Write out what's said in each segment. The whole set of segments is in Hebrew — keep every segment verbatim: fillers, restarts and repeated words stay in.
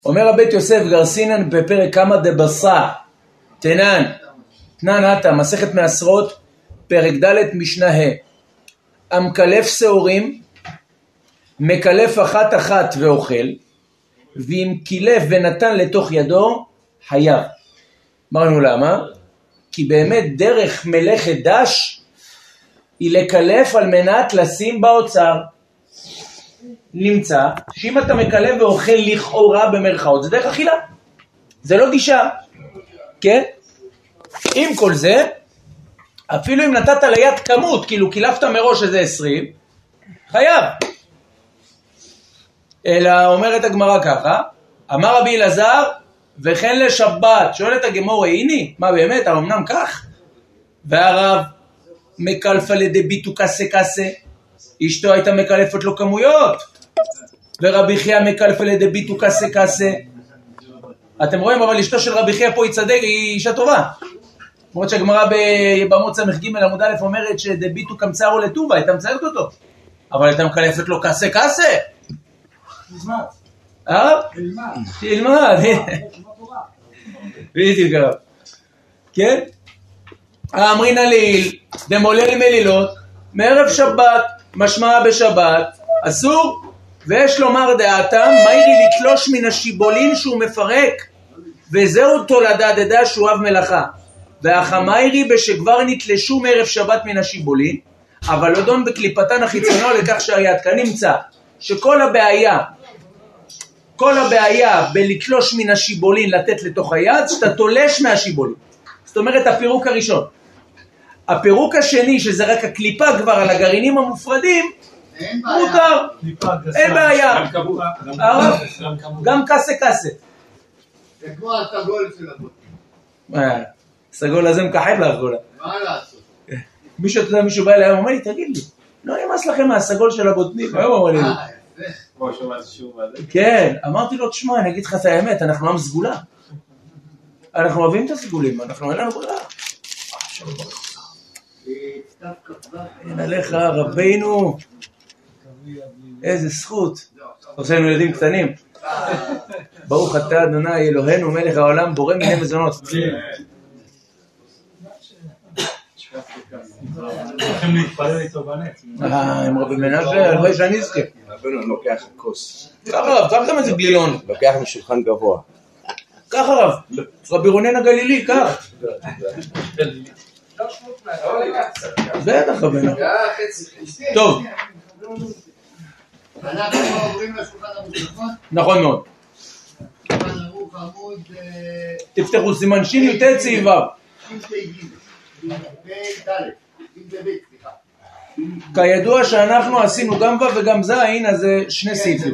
אומר הבית יוסף גרסינן בפרק כמה דבסה תנן תנן הטה מסכת מעשרות פרק ד' משנה ה' המקלף שעורים מקלף אחת אחת ואוכל ואם קילף ונתן לתוך ידו חייב. אמרנו למה? כי באמת דרך מלאכת דש היא לקלף על מנת לשים באוצר. נמצא שאם אתה מקלף ואוכל לכאורה במרכאות זה דרך אכילה, זה לא גישה, כן? עם כל זה אפילו אם נתת ליד כמות, כאילו קילפת מראש שזה עשרים, חייב. אלא אומרת הגמרא ככה, אמר רבי אלעזר וכן לשבת, שואלת הגמרא הנה מה באמת האמנם כך? והרב מקלפה לדביטו קסה קסה, אשתו הייתה מקלפת לו כמויות, ורבי חייא מקלפה לדביטו קסה קסה. אתם רואים, אבל אשתו של רבי חייא פה היא צדק, היא אישה טובה. למרות שהגמרא במות סמך ג' עמוד א' אומרת שדביטו קמצרו לטובה, הייתה מציירת אותו. אבל הייתה מקלפת לו קסה קסה. תלמד. אה? תלמד. תלמד. בדיוק הרב. כן? האמרינא לעיל, דמולל מלילות, מערב שבת, משמע בשבת, אסור, ויש לומר דעתם, מהירי לתלוש מן השיבולין שהוא מפרק, וזהו תולדה דדה שהוא אב מלאכה. והחמיירי בשכבר נתלשו מערב שבת מן השיבולין, אבל לא דון בקליפתן החיצונו לכך שהיד. כאן נמצא שכל הבעיה, כל הבעיה בלתלוש מן השיבולין לתת לתוך היד, שאתה תולש מהשיבולין. זאת אומרת הפירוק הראשון. הפירוק השני, שזה רק הקליפה כבר על הגרעינים המופרדים, מותר, אין בעיה. גם קסה קסה. זה כמו הסגול של הבוטים. הסגול הזה מכחד לאכולה. מה לעשות? מישהו, אתה יודע, מישהו בא אליי, אומר לי, תגיד לי, לא נמאס לכם מהסגול של הבוטנים? היום אמר לי. כמו שומעת שוב על זה? כן, אמרתי לו, תשמע, אני אגיד לך את האמת, אנחנו עם סגולה. אנחנו אוהבים את הסגולים, אנחנו אין לנו ברירה. אין עליך רבינו, איזה זכות. עושה לנו ילדים קטנים. ברוך אתה אדוני אלוהינו מלך העולם בורא מיני מזונות. צריכים להתפלל איתו בנץ. אה, עם רבי מנשה, הלוואי שאני אזכה. רבנו לוקח כוס. ככה רב, קח גם איזה גלילון. לוקח משולחן גבוה. ככה רב, רבי רונן הגלילי, כך. בטח רבנו. טוב. אנחנו עוברים לשולחן המושלחות. נכון מאוד. שולחן ערוך עמוד... תפתחו סימן שין י"ט סעיף ו'. כידוע שאנחנו עשינו גם ו' וגם ז', אז זה שני סעיפים.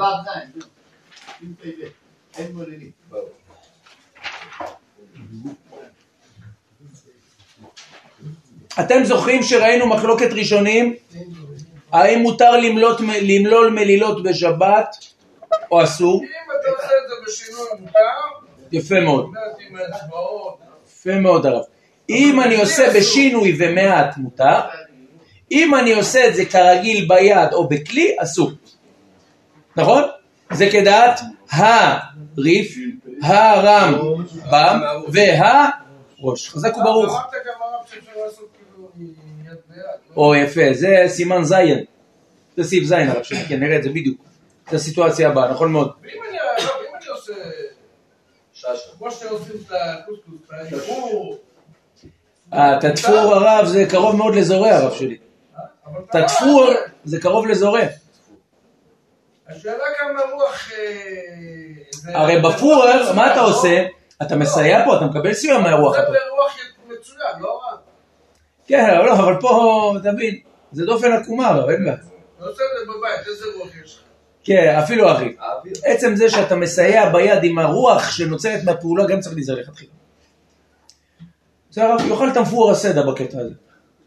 אתם זוכרים שראינו מחלוקת ראשונים? האם מותר למלות, למלול מלילות בשבת או אסור? אם אתה עושה את זה בשינוי מותר, יפה מאוד. עם האצבעות. יפה מאוד הרב. אם אני עושה בשינוי ומעט מותר, אם אני עושה את זה כרגיל ביד או בכלי, אסור. נכון? זה כדעת הריף, הרמב"ם והראש. חזק וברוך. אמרת גם הרב שאפשר לעשות כאילו מיד ביד. או יפה, זה סימן זין. זה סעיף זין הרב שלי, כן, נראה את זה בדיוק. זה הסיטואציה הבאה, נכון מאוד. ואם אני, הרב, אם אני עושה... כמו שאתם עושים את הקוסקוס, את התפור... את התפור הרב זה קרוב מאוד לזורע הרב שלי. את התפור זה קרוב לזורע. השאלה כמה רוח... הרי בפור, מה אתה עושה? אתה מסייע פה, אתה מקבל סיוע מהרוח. זה ברוח מצוין, לא רע. כן, אבל פה, תבין, זה דופן עקומה הרב, אין בעיה. לא עושה את זה בבית, איזה רוח יש לך? כן, אפילו אחי. עצם זה שאתה מסייע ביד עם הרוח שנוצרת מהפעולה, גם צריך להיזהר לכתחילה. זה הרב, יוכל תנפור הסדה בקטע הזה.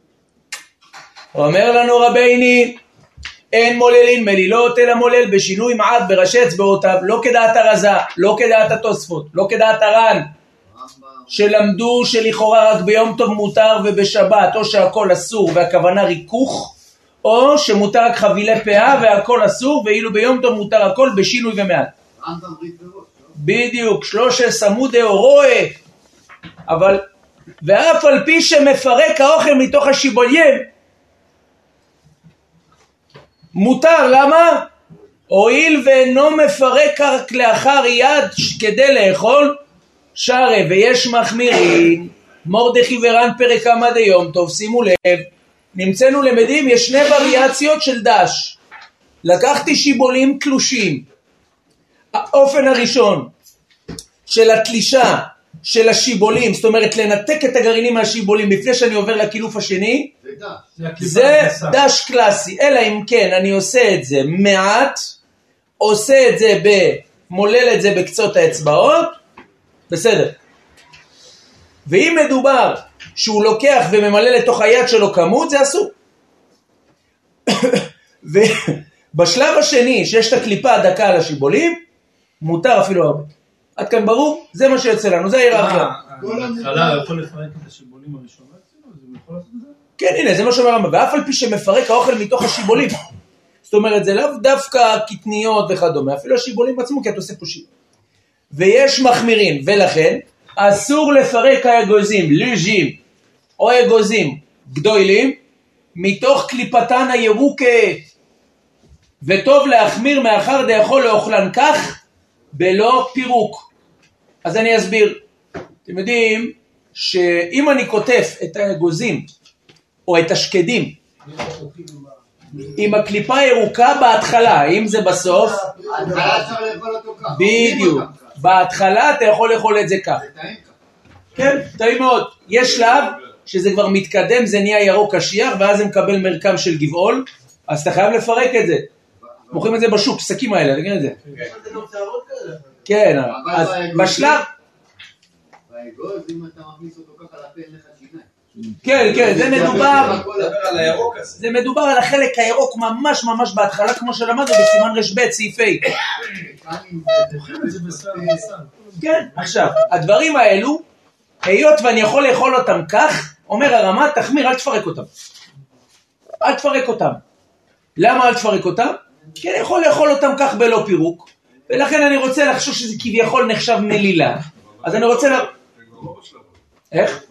אומר לנו רביני, אין מוללין מלילות אלא מולל בשינוי מעט בראשי אצבעותיו, לא כדעת הרזה, לא כדעת התוספות, לא כדעת הר"ן, שלמדו שלכאורה רק ביום טוב מותר ובשבת, או שהכל אסור והכוונה ריכוך, או שמותר רק חבילי פאה והכל אסור, ואילו ביום טוב מותר הכל בשינוי ומעט. בדיוק, שלושה עמודי רואה, אבל, ואף על פי שמפרק האוכל מתוך השיבולים, מותר, למה? הואיל ואינו מפרק רק לאחר יד כדי לאכול, שרה ויש מחמירים, מורדכי ורן פרק עמד היום, טוב שימו לב, נמצאנו למדים, יש שני וריאציות של דש, לקחתי שיבולים תלושים, האופן הראשון של התלישה של השיבולים, זאת אומרת לנתק את הגרעינים מהשיבולים לפני שאני עובר לקילוף השני, זה דש קלאסי, אלא אם כן אני עושה את זה מעט, עושה את זה במולל את זה בקצות האצבעות, בסדר. ואם מדובר שהוא לוקח וממלא לתוך היד שלו כמות, זה אסור. ובשלב השני שיש את הקליפה הדקה על השיבולים, מותר אפילו הרבה. עד כאן ברור? זה מה שיוצא לנו, זה ההיררכיה. בהתחלה יכול לפרק את השיבולים הראשונות? זה יכול לעשות את זה? כן, הנה, זה מה שאומר רמב"ם, ואף על פי שמפרק האוכל מתוך השיבולים. זאת אומרת, זה לאו דווקא קטניות וכדומה, אפילו השיבולים עצמו, כי אתה עושה פה שיב. ויש מחמירים, ולכן אסור לפרק האגוזים, לוז'ים, או אגוזים גדולים, מתוך קליפתן הירוקה, וטוב להחמיר מאחר דאכול לאוכלן כך, בלא פירוק. אז אני אסביר. אתם יודעים שאם אני כותף את האגוזים, או את השקדים, עם הקליפה הירוקה בהתחלה, אם זה בסוף, בדיוק, בהתחלה אתה יכול לאכול את זה כך. כן, טעים מאוד. יש שלב שזה כבר מתקדם, זה נהיה ירוק קשיח, ואז זה מקבל מרקם של גבעול, אז אתה חייב לפרק את זה. מוכרים את זה בשוק, שקים האלה, תגיד את זה. כן, אז בשלב... באגוז, אם אתה מכניס אותו ככה לפה, אין לך שיניים. כן, כן, זה מדובר, זה מדובר על החלק הירוק ממש ממש בהתחלה, כמו שלמדנו בסימן רשב"ת, סעיפי. כן, עכשיו, הדברים האלו, היות ואני יכול לאכול אותם כך, אומר הרמה, תחמיר, אל תפרק אותם. אל תפרק אותם. למה אל תפרק אותם? כי אני יכול לאכול אותם כך בלא פירוק, ולכן אני רוצה לחשוב שזה כביכול נחשב מלילה. אז אני רוצה... איך?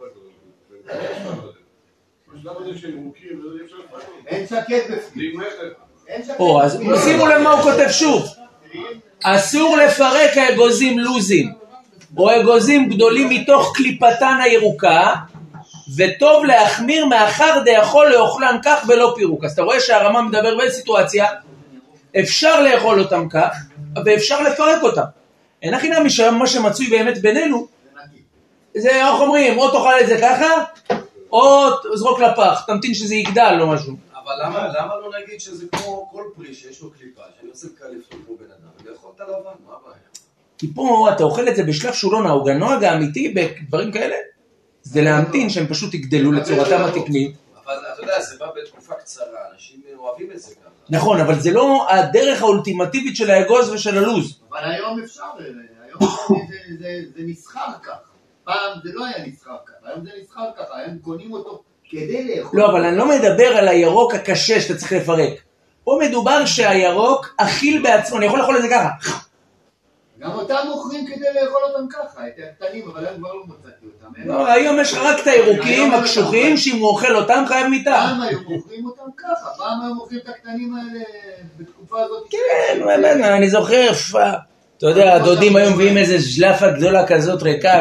אין שקט בפנים. או, אז שימו לב מה הוא כותב שוב. אסור לפרק האגוזים לוזים, או אגוזים גדולים מתוך קליפתן הירוקה, וטוב להחמיר מאחר דאכול לאוכלן כך בלא פירוק. אז אתה רואה שהרמה מדבר באיזו סיטואציה, אפשר לאכול אותם כך, ואפשר לפרק אותם. אין הכי נמי מה שמצוי באמת בינינו, זה איך אומרים, או תאכל את זה ככה, או זרוק לפח, תמתין שזה יגדל או משהו. אבל למה, למה לא נגיד שזה כמו כל פרי שיש לו קליפה, שאני עושה קליפה כמו בן אדם, ולאכול את הלבן, מה הבעיה? כי פה אתה אוכל את זה בשלב שהוא לא נהוג, הנוהג האמיתי בדברים כאלה, זה להמתין שהם פשוט יגדלו לצורתם התקנית. אבל אתה יודע, זה בא בתקופה קצרה, אנשים אוהבים את זה ככה. נכון, אבל זה לא הדרך האולטימטיבית של האגוז ושל הלוז. אבל היום אפשר, היום זה נסחר כך. פעם זה לא היה נסחר כך, היום זה נסחר ככה, היום קונים אותו כדי לאכול. לא, אבל אני לא מדבר על הירוק הקשה שאתה צריך לפרק. פה מדובר שהירוק אכיל בעצמו, אני יכול לאכול את זה ככה. גם אותם מוכרים כדי לאכול אותם ככה, את הקטנים, אבל הם כבר לא מצאתי אותם. לא, היום יש רק את הירוקים הקשוחים, שאם הוא אוכל אותם חייב מיטה. פעם היום מוכרים אותם ככה, פעם היום מוכרים את הקטנים האלה בתקופה הזאת. כן, אני זוכר, אתה יודע, הדודים היום מביאים איזה ז'לפה גדולה כזאת ריקה,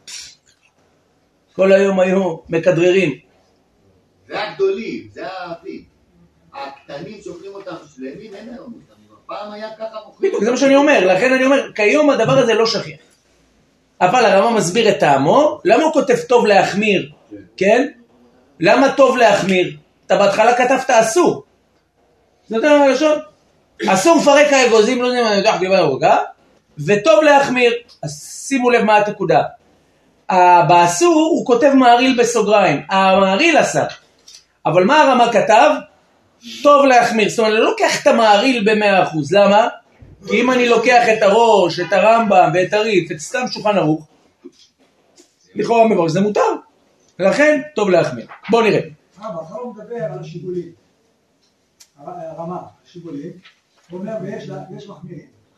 כל היום היו מקדררים. זה הגדולים, זה הפים. הקטנים שוקלים אותם שלמים, אין היום אותם. פעם היה ככה מוכרים. בדיוק, זה מה שאני אומר, לכן אני אומר, כיום הדבר הזה לא שכיח. אבל הרמה מסביר את טעמו, למה הוא כותב טוב להחמיר? כן? למה טוב להחמיר? אתה בהתחלה כתבת אסור. זה יותר מהראשון. אסור מפרק האגוזים, לא יודע מה, אני יודע, דיבר הרגע, וטוב להחמיר. אז שימו לב מה התקודה. באסור הוא כותב מעריל בסוגריים, המעריל עשה, אבל מה הרמה כתב? טוב להחמיר, זאת אומרת, אני לא לוקח את המעריל ב-מאה אחוז, למה? כי אם אני לוקח את הראש, את הרמב"ם ואת הריף, את סתם שולחן ערוך, לכאורה מבראש, זה מותר, ולכן טוב להחמיר. בואו נראה. אבא, אחר הוא מדבר על השיבולים, הרמה, השיבולים, הוא אומר, ויש מחמירים.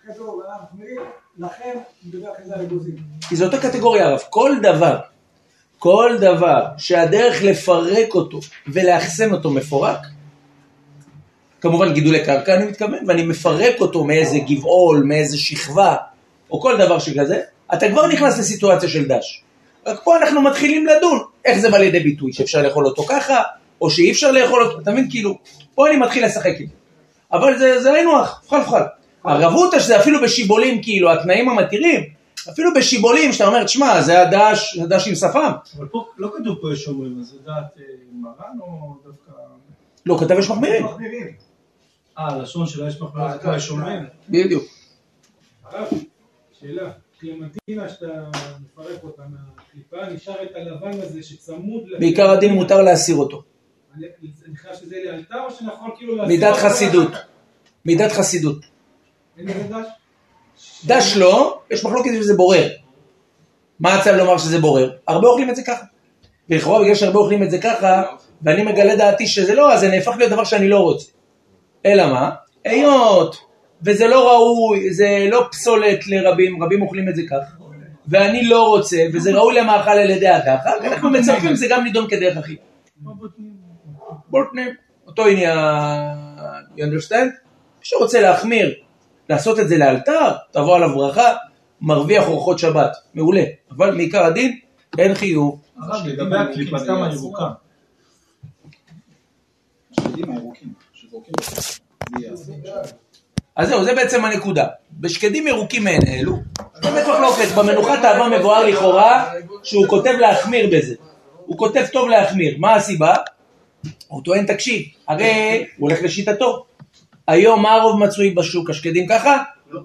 אחרי זה הוא ראה מחמירים, לכן מדבר אחרי זה על אגוזים. כי זו אותה קטגוריה, הרב. כל דבר, כל דבר שהדרך לפרק אותו ולאחסן אותו מפורק, כמובן גידולי קרקע אני מתכוון, ואני מפרק אותו מאיזה גבעול, מאיזה שכבה, או כל דבר שכזה, אתה כבר נכנס לסיטואציה של דש. רק פה אנחנו מתחילים לדון, איך זה בא לידי ביטוי, שאפשר לאכול אותו ככה, או שאי אפשר לאכול אותו, אתה מבין? כאילו, פה אני מתחיל לשחק עם זה. אבל זה, זה אינוח, פחל פחל. הרבותא שזה אפילו בשיבולים, כאילו, התנאים המתירים, אפילו בשיבולים, שאתה אומר, תשמע, זה הדש, הדש עם שפם. אבל פה, לא כתוב פה יש אומרים, אז זה דעת מרן או דווקא... לא, כתב יש מחמירים. אה, הלשון שלה יש מחמירים, זה כמו יש אומרים. בדיוק. הרב, שאלה, קלמנטינה שאתה מפרק אותה מהקליפה, נשאר את הלבן הזה שצמוד... בעיקר הדין מותר להסיר אותו. אני חושב שזה לאלתר או שנכון כאילו להסיר... מידת חסידות. מידת חסידות. אין איזה דש? דש לא, יש מחלוקת שזה בורר. מה הצל לומר שזה בורר? הרבה אוכלים את זה ככה. ולכאורה בגלל שהרבה אוכלים את זה ככה, ואני מגלה דעתי שזה לא, אז זה נהפך להיות דבר שאני לא רוצה. אלא מה? היות, וזה לא ראוי, זה לא פסולת לרבים, רבים אוכלים את זה ככה. ואני לא רוצה, וזה ראוי למאכל על ידי הככה, אנחנו מצפים, זה גם נידון כדרך אחי. בולטנים, אותו עניין, you understand? מי שרוצה להחמיר, לעשות את זה לאלתר, תבוא עליו ברכה, מרוויח אורחות שבת, מעולה. אבל מעיקר הדין, אין חיוב. הרב, לגבי הקליפתם הירוקה. השקדים הירוקים, שזורקים אז זהו, זה בעצם הנקודה. בשקדים ירוקים מהן אלו, באמת מחלוקת, במנוחת האהבה מבואר לכאורה, שהוא כותב להחמיר בזה. הוא כותב טוב להחמיר. מה הסיבה? הוא טוען, תקשיב, הרי הוא הולך לשיטתו. היום מה הרוב מצוי בשוק, השקדים ככה? לא.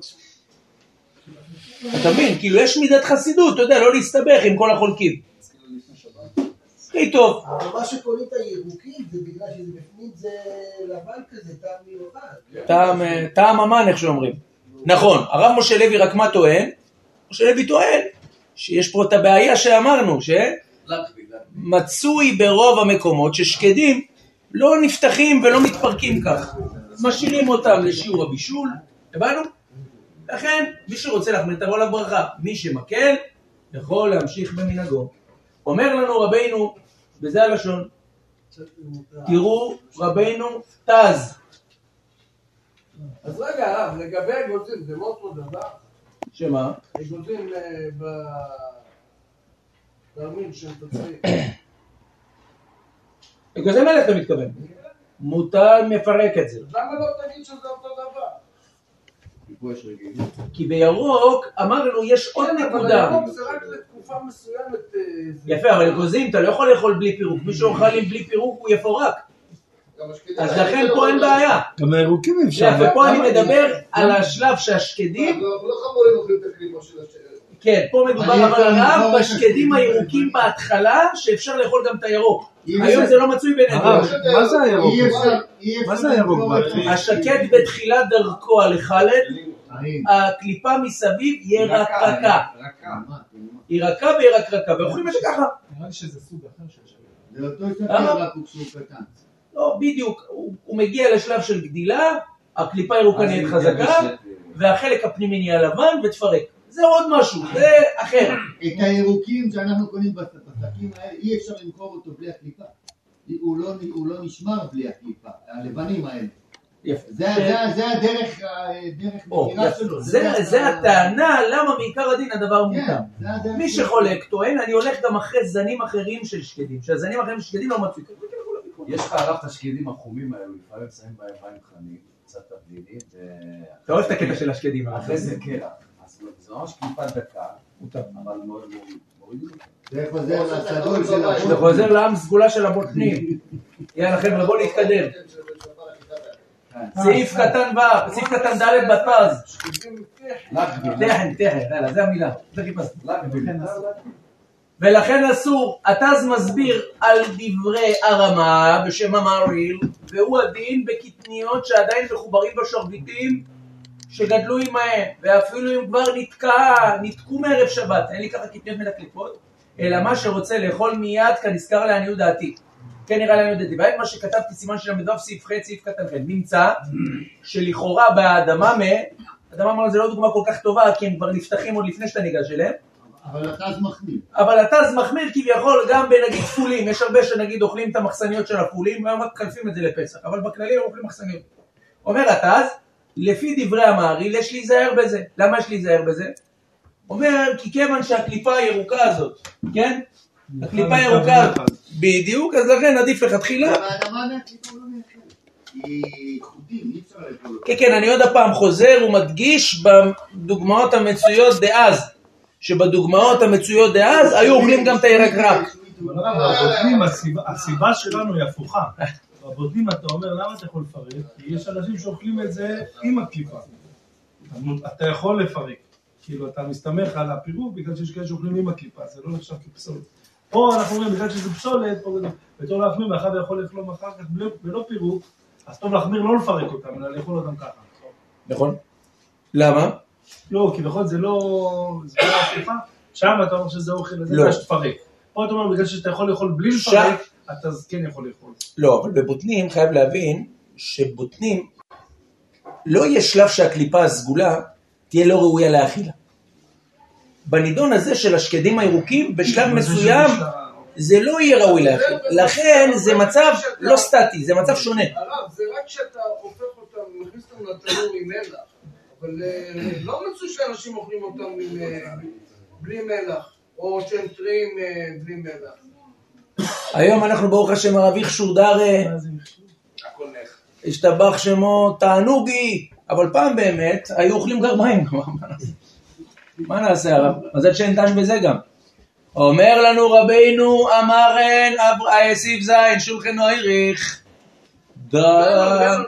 אתה מבין, כאילו יש מידת חסידות, אתה יודע, לא להסתבך עם כל החולקים. הכי טוב. אבל מה שקוראים את הירוקים זה בגלל שזה בפנים זה לבן כזה, טעם מיוחד. טעם אמן, איך שאומרים. נכון, הרב משה לוי רק מה טוען? משה לוי טוען שיש פה את הבעיה שאמרנו, שמצוי ברוב המקומות ששקדים לא נפתחים ולא מתפרקים כך. משאירים אותם לשיעור הבישול, הבנו? לכן, מי שרוצה להחמיר תבוא עליו ברכה. מי שמקל, יכול להמשיך במנהגו. אומר לנו רבינו, בזה הלשון, תראו רבינו תז. אז רגע, הרב, לגבי אגוזים, זה לא אותו דבר? שמה? אגוזים בתרמיל של תצריך. אגוזי מלך אתה מתכוון. מותר מפרק את זה. למה לא תגיד שזה אותו דבר? כי בירוק אמרנו יש עוד נקודה. אבל ירוק זה רק לתקופה מסוימת. יפה, אבל אגוזים אתה לא יכול לאכול בלי פירוק. מי שאוכל עם בלי פירוק הוא יפורק. אז לכן פה אין בעיה. גם הירוקים אפשר. ופה אני מדבר על השלב שהשקדים. לא חמורים אוכלים את הקליפה של השקדים. כן, פה מדובר אבל הרב בשקדים הירוקים בהתחלה שאפשר לאכול גם את הירוק. היום זה לא מצוי בינינו. מה זה הירוק? מה זה הירוק? השקד בתחילת דרכו על החלד, הקליפה מסביב ירקרקה. היא רכה וירקרקה, ואוכלים את זה ככה. נראה לי שזה סוג אחר של שקד. זה אותו שקד רק הוא סוג קטן. לא, בדיוק, הוא מגיע לשלב של גדילה, הקליפה הירוקה נהיית חזקה, והחלק הפנימי נהיה לבן ותפרק. זה עוד משהו, זה אחר. את הירוקים שאנחנו קונים בשקים האלה, אי אפשר למכור אותו בלי הקליפה. הוא לא נשמר בלי הקליפה, הלבנים האלה. זה הדרך מחירה שלו. זה הטענה למה בעיקר הדין הדבר מותר. מי שחולק טוען, אני הולך גם אחרי זנים אחרים של שקדים, שהזנים אחרים של שקדים לא מצוי. יש לך עליו את השקדים החומים האלו, לפעמים שמים בהם מים חמים, קצת תבלינים. אתה אוהב את הקטע של השקדים. אחרי זה כן. זה ממש קליפת דקה, אבל מורידים אותה. זה חוזר לסדול של הבוטנים. זה חוזר לעם סגולה של הבוטנים. יאללה חבר'ה, בואו להתקדם. סעיף קטן ו', סעיף קטן ד' בפז. תכן, תכן, יאללה, זה המילה. זה חיפשתי. ולכן אסור, התז מסביר על דברי הרמה בשם המעריל, והוא הדין בקטניות שעדיין מחוברים בשרביטים, שגדלו עמהם, ואפילו אם כבר נתקע, נתקעו מערב שבת, אין לי ככה קטניות מן הקליפות, אלא מה שרוצה לאכול מיד כנזכר לעניות דעתי. כן נראה לעניות דעתי. ואת מה שכתבתי סימן של המדווח סעיף ח' סעיף קטן ח', נמצא שלכאורה באדמה מה, אדם אמר, זה לא דוגמה כל כך טובה, כי הם כבר נפתחים עוד לפני שאתה ניגש אליהם. אבל אתה אז מחמיר. אבל אתה אז מחמיר כביכול גם בנגיד פולים, יש הרבה שנגיד אוכלים את המחסניות של הפולים, והיום רק קלפים את זה לפסח, אבל בכללי הם אוכלים מחסניות. אומר אתה אז, לפי דברי המהרי"ל, יש להיזהר בזה. למה יש להיזהר בזה? אומר, כי כיוון שהקליפה הירוקה הזאת, כן? הקליפה הירוקה, בדיוק, אז לכן עדיף לכתחילה. אבל האדמה מהקליפה לא נאכל. היא חוטים, אי אפשר לאכול אותה. כן, כן, אני עוד הפעם חוזר ומדגיש בדוגמאות המצויות דאז, שבדוגמאות המצויות דאז היו אוכלים גם את הירק רק. אבל הבוטנים, הסיבה שלנו היא הפוכה. בבוטנים אתה אומר, למה אתה יכול לפרק? כי יש אנשים שאוכלים את זה עם הקליפה. אתה יכול לפרק. כאילו אתה מסתמך על הפירוק בגלל שיש כאלה שאוכלים עם הקליפה, זה לא נחשב כפסולת. פה אנחנו אומרים, בגלל שזה פסולת, בתור להחמיר, ואחד יכול לאכלום אחר כך ולא פירוק, אז טוב להחמיר לא לפרק אותם, אלא לאכול אותם ככה. נכון. למה? לא, כי בכל זה לא... זה לא הפוכה. שם אתה אומר שזה אוכל, זה לא שתפרק. פה אתה אומר, בגלל שאתה יכול לאכול בלי לפרק, אתה כן יכול לאכול. לא, אבל בבוטנים חייב להבין שבוטנים לא יהיה שלב שהקליפה הסגולה תהיה לא ראויה להאכילה. בנידון הזה של השקדים הירוקים, בשלב מסוים זה לא יהיה ראוי להאכילה. לכן זה מצב לא סטטי, זה מצב שונה. הרב, זה רק שאתה הופך אותם, מכניס אותם לתנור עם מלח, אבל לא מצאו שאנשים אוכלים אותם בלי מלח, או שהם טריים בלי מלח. היום אנחנו ברוך השם הרב יחשור דרה, השתבח שמו תענוגי, אבל פעם באמת היו אוכלים גרביים. מה נעשה הרב? מזל שאין דש בזה גם. אומר לנו רבינו אמרן סיף זין שולחנו העריך דה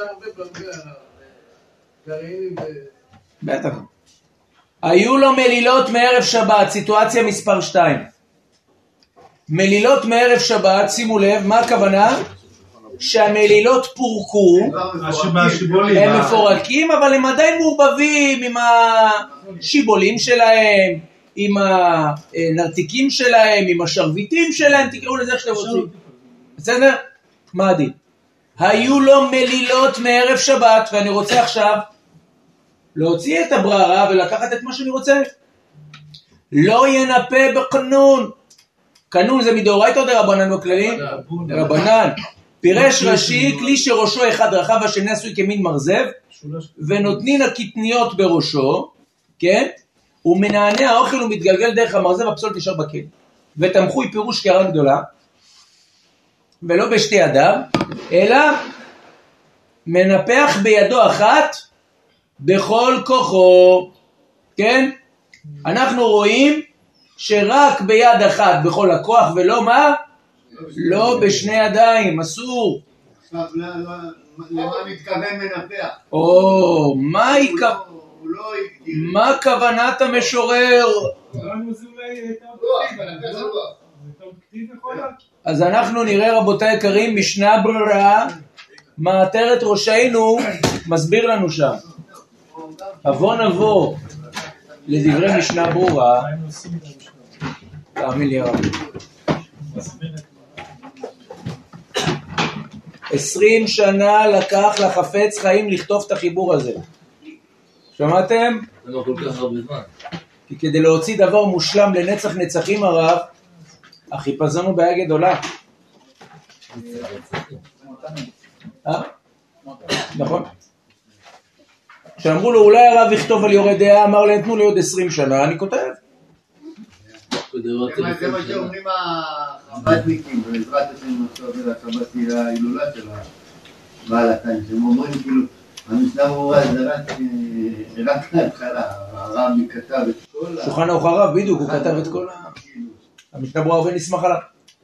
בטח. היו לו מלילות מערב שבת, סיטואציה מספר שתיים. מלילות מערב שבת, שימו לב, מה הכוונה? שהמלילות פורקו, הם מפורקים, אבל הם עדיין מעורבבים עם השיבולים שלהם, עם הנרתיקים שלהם, עם השרביטים שלהם, תקראו לזה איך שאתם רוצים. בסדר? מה הדין? היו לו מלילות מערב שבת, ואני רוצה עכשיו להוציא את הבררה ולקחת את מה שאני רוצה. לא ינפה בקנון. קנון זה מדאורייתא או דרבנן בכללי? דרבנן. פירש רש"י, כלי שראשו אחד רחב השני עשוי כמין מרזב, ונותנין הקטניות בראשו, כן? ומנענע האוכל ומתגלגל דרך המרזב, הפסולת נשאר בכלי. ותמכוי פירוש קערה גדולה, ולא בשתי ידיו, אלא מנפח בידו אחת בכל כוחו, כן? אנחנו רואים שרק ביד אחת בכל הכוח, ולא מה? לא בשני ידיים, אסור. עכשיו, למה מתכוון מנפח? או, מה כוונת המשורר? אז אנחנו נראה רבותיי יקרים, משנה ברורה, מעטרת ראשינו, מסביר לנו שם. אבוא נבוא לדברי משנה ברורה, תאמין לי הרב. עשרים שנה לקח לחפץ חיים לכתוב את החיבור הזה. שמעתם? זה לא כל כך הרבה זמן. כי כדי להוציא דבר מושלם לנצח נצחים הרב, החיפזון הוא בעיה גדולה. אה? נכון. כשאמרו לו אולי הרב יכתוב על יורד דעה, אמר להם תנו לי עוד עשרים שנה, אני כותב. זה מה שאומרים החב"דניקים, בעזרת השם עכשיו לחב"ד תהיה ההילולה של הבעל התיים, שהם אומרים כאילו, המשנה ברורה זה רק להתחלה, הרב כתב את כל ה... שולחן ערוך הרב, בדיוק, הוא כתב את כל ה... המשנה ברורה הרבה נשמח עליו.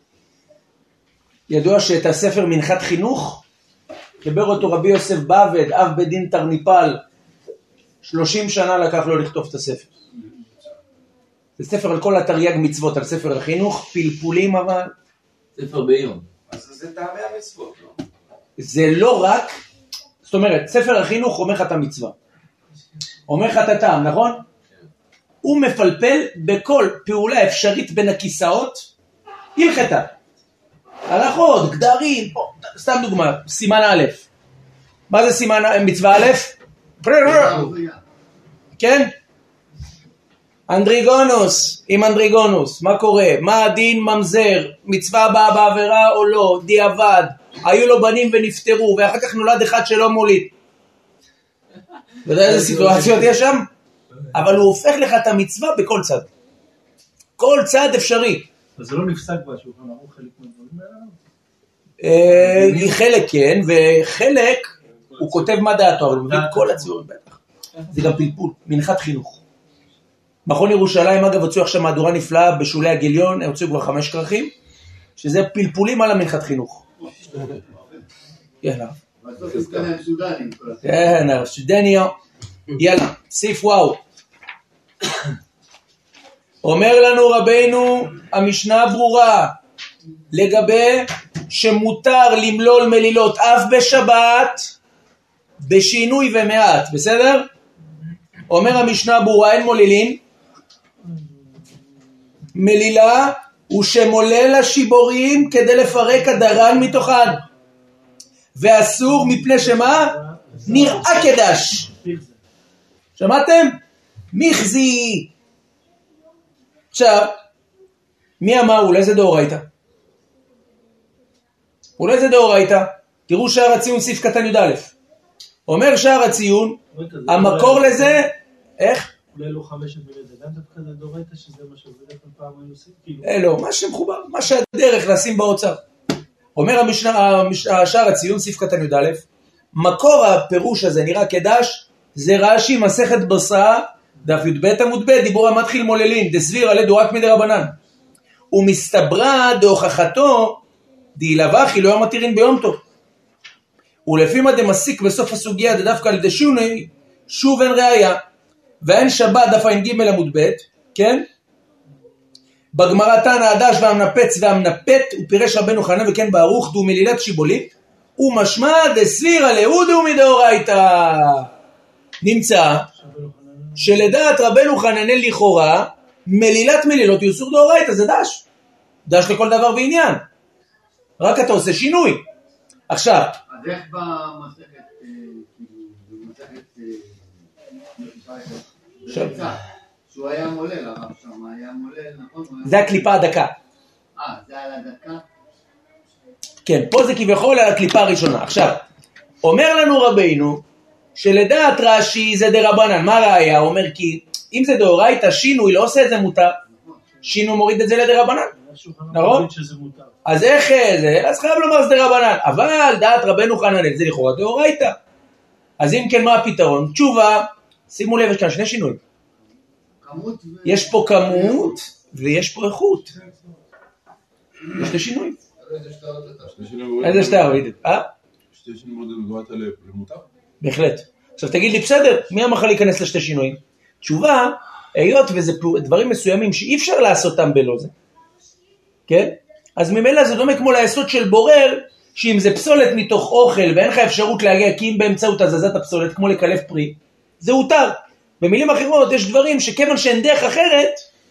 ידוע שאת הספר מנחת חינוך, חיבר אותו רבי יוסף בעבד, אב בית דין תרניפל, שלושים שנה לקח לו לכתוב את הספר. זה ספר על כל התרי"ג מצוות, על ספר החינוך, פלפולים אבל. ספר ביום. אז זה טעמי המצוות, לא? זה לא רק, זאת אומרת, ספר החינוך אומר לך את המצווה. אומר לך את הטעם, נכון? הוא מפלפל בכל פעולה אפשרית בין הכיסאות, הלכתה. הלכות, גדרים, פה, סתם דוגמה, סימן א'. מה זה סימן מצווה א'? כן? אנדריגונוס, עם אנדריגונוס, מה קורה? מה הדין ממזר? מצווה הבאה בעבירה או לא? דיעבד. היו לו בנים ונפטרו, ואחר כך נולד אחד שלא מוליד. אתה יודע איזה סיטואציות יש שם? אבל הוא הופך לך את המצווה בכל צד. כל צד אפשרי. אז זה לא נפסק בשולחן ערוך חלק מהדברים האלה? אה, חלק כן, וחלק הוא כותב מה דעתו, אבל הוא מביא כל הציורים בטח. זה גם פלפול, מנחת חינוך. מכון ירושלים, אגב, הוציאו עכשיו מהדורה נפלאה בשולי הגיליון, הוציאו כבר חמש כרכים, שזה פלפולים על המנחת חינוך. יאללה. כן, סודניה. יאללה, סיף וואו. אומר לנו רבינו, המשנה ברורה, לגבי שמותר למלול מלילות אף בשבת, בשינוי ומעט, בסדר? אומר המשנה ברורה, אין מולילין, מלילה הוא שמולל השיבורים כדי לפרק הדרן מתוכן, ואסור מפני שמה? נראה קדש. שמעתם? מחזי. עכשיו, מי אמר? אולי זה דאורייתא. אולי זה דאורייתא. תראו שער הציון סעיף קטן י"א. אומר שער הציון, המקור לזה, איך? אולי לא חמשת מילי דגן דווקא זה דאורייתא, שזה מה שבדרך כלל פעם היו עושים? אה לא, מה שמחובר, מה שהדרך לשים באוצר. אומר המשנה, שער הציון סעיף קטן י"א, מקור הפירוש הזה נראה קדש, זה רש"י מסכת בשר, דף י"ב עמוד ב', דיבור המתחיל מוללין, דסביר עלי דורק מדי רבנן. ומסתברא דהוכחתו, דהילבחי לא יום מתירין ביום טוב. ולפי מה דמסיק בסוף הסוגיה, דווקא על ידי שוני, שוב אין ראיה. ואין שבת דף ע"ג עמוד ב', כן? בגמרא תנא הדש והמנפץ והמנפת, ופירש רבנו חנן וכן בערוך דו מלילת שיבולית, ומשמע דסבירא לאודו מדאורייתא. נמצא שלדעת רבנו חננאל לכאורה, מלילת מלילות יוסור דאורייתא, זה דש. דש לכל דבר ועניין. רק אתה עושה שינוי. עכשיו. אז איך במסכת, במסכת, שהוא היה מולל, הרב שם היה מולל, נכון? זה הקליפה הדקה. אה, זה על הדקה? כן, פה זה כביכול על הקליפה הראשונה. עכשיו, אומר לנו רבינו, שלדעת רש"י זה דרבנן. מה ראיה? הוא אומר כי אם זה דאורייתא, שינוי לא עושה את זה מותר. שינוי מוריד את זה לדרבנן. נכון? אז איך זה? אז חייב לומר זה דרבנן. אבל דעת רבנו חננאל זה לכאורה דאורייתא. אז אם כן, מה הפתרון? תשובה, שימו לב, יש כאן שני שינויים. יש פה כמות ויש פה איכות. יש שני שינויים. איזה שטר? אה? שתי שינויים דאורייתא למותר? בהחלט. עכשיו תגיד לי, בסדר, מי אמר לך להיכנס לשתי שינויים? תשובה, היות וזה דברים מסוימים שאי אפשר לעשותם בלא זה. כן? אז ממילא זה דומה כמו ליסוד של בורר, שאם זה פסולת מתוך אוכל ואין לך אפשרות להגיע, כי אם באמצעות הזזת הפסולת, כמו לקלף פרי, זה הותר. במילים אחרות יש דברים שכיוון שאין דרך אחרת,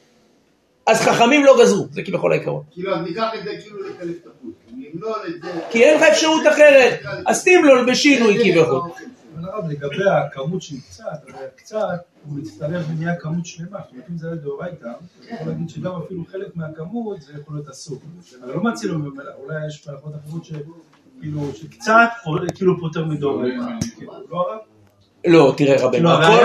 אז חכמים לא גזרו. זה כביכול העיקרון. כאילו, אז ניקח את זה כאילו לקלף תפות. נמלול את זה... כי אין לך אפשרות אחרת. אז תמלול בשינוי כביכול. לגבי הכמות שהיא קצת, קצת, הוא מצטרף ונהיה כמות שלמה. זאת אומרת, אם זה היה דאורייתא, אני יכול להגיד שגם אפילו חלק מהכמות זה יכול להיות אסור. אבל לא מציל לו ממילא, אולי יש פרחות אחרות שקצת, כאילו פותר מדאורייתא. לא הרב? לא, תראה רבנו,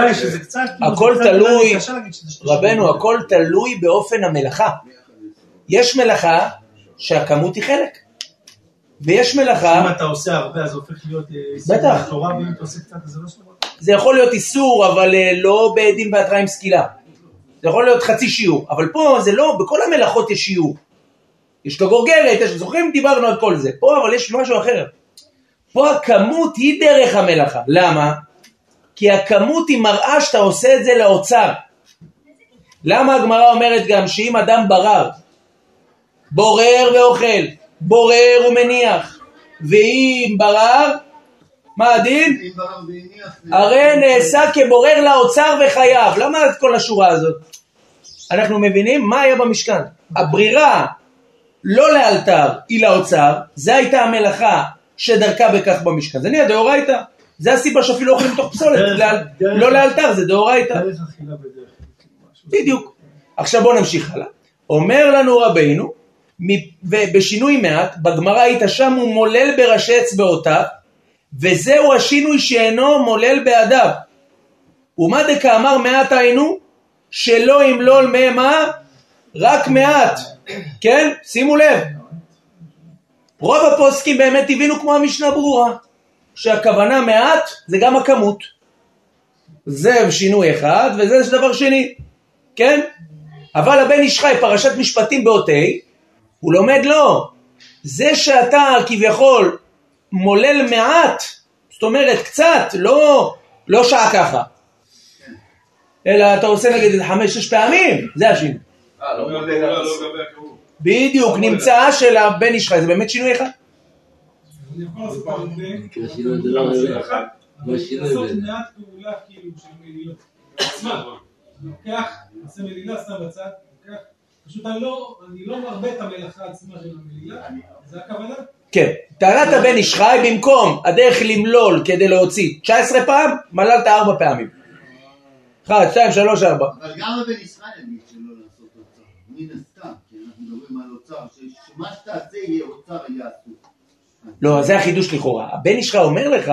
הכל תלוי, רבנו, הכל תלוי באופן המלאכה. יש מלאכה שהכמות היא חלק. ויש מלאכה... אם אתה עושה הרבה, אז הופך להיות איסור בתורה, ואם אתה עושה קצת, אז זה לא סובר. זה יכול להיות איסור, אבל לא בעדים בהתראה עם סקילה. זה יכול להיות חצי שיעור. אבל פה זה לא, בכל המלאכות יש שיעור. יש לו גורגרת, יש זוכרים, דיברנו על כל זה. פה אבל יש משהו אחר. פה הכמות היא דרך המלאכה. למה? כי הכמות היא מראה שאתה עושה את זה לאוצר. למה הגמרא אומרת גם שאם אדם ברר, בורר ואוכל, בורר ומניח, ואם ברר, מה הדין? הרי נעשה כבורר לאוצר וחייב. למה את כל השורה הזאת? אנחנו מבינים מה היה במשכן. הברירה לא לאלתר, היא לאוצר, זה הייתה המלאכה שדרכה בכך במשכן. זה נהיה דאורייתא. זה הסיבה שאפילו אוכלים מתוך פסולת, לא לאלתר, זה דאורייתא. דרך אכילה בדרך. בדיוק. עכשיו בואו נמשיך הלאה. אומר לנו רבינו, ובשינוי מעט, בגמרא היית שם הוא מולל בראשי אצבעותיו, וזהו השינוי שאינו מולל בידיו. ומה דקאמר מעט היינו? שלא ימלול ממה? רק מעט. כן? שימו לב. רוב הפוסקים באמת הבינו כמו המשנה ברורה, שהכוונה מעט זה גם הכמות. זה שינוי אחד וזה דבר שני. כן? אבל הבן איש חי פרשת משפטים באותי, הוא לומד לא. זה שאתה כביכול מולל מעט, זאת אומרת קצת, לא, לא שעה ככה. אלא אתה עושה נגיד את חמש, שש פעמים, זה השינוי. אה, לא מולל על הסוף. בדיוק, נמצאה של הבן איש חי, זה באמת שינוי אחד. אני יכול לעשות הרבה, לעשות מעט פעולה כאילו של מלילות. עצמה, לוקח, עושה מלילה, שם בצד, לוקח, פשוט אני לא, אני לא מרבה את המלאכה עצמה של המלילה, זה הכוונה? כן, טהרת הבן איש חי במקום הדרך למלול כדי להוציא תשע עשרה פעם, מללת ארבע פעמים. אחד, שתיים, שלוש, ארבע. אבל גם הבן איש חי נגיד שלא לעשות אוצר, מן הסתם, כי אנחנו מדברים על אוצר, שמה שתעשה יהיה אוצר יעשו. לא, זה החידוש לכאורה. הבן איש חי אומר לך,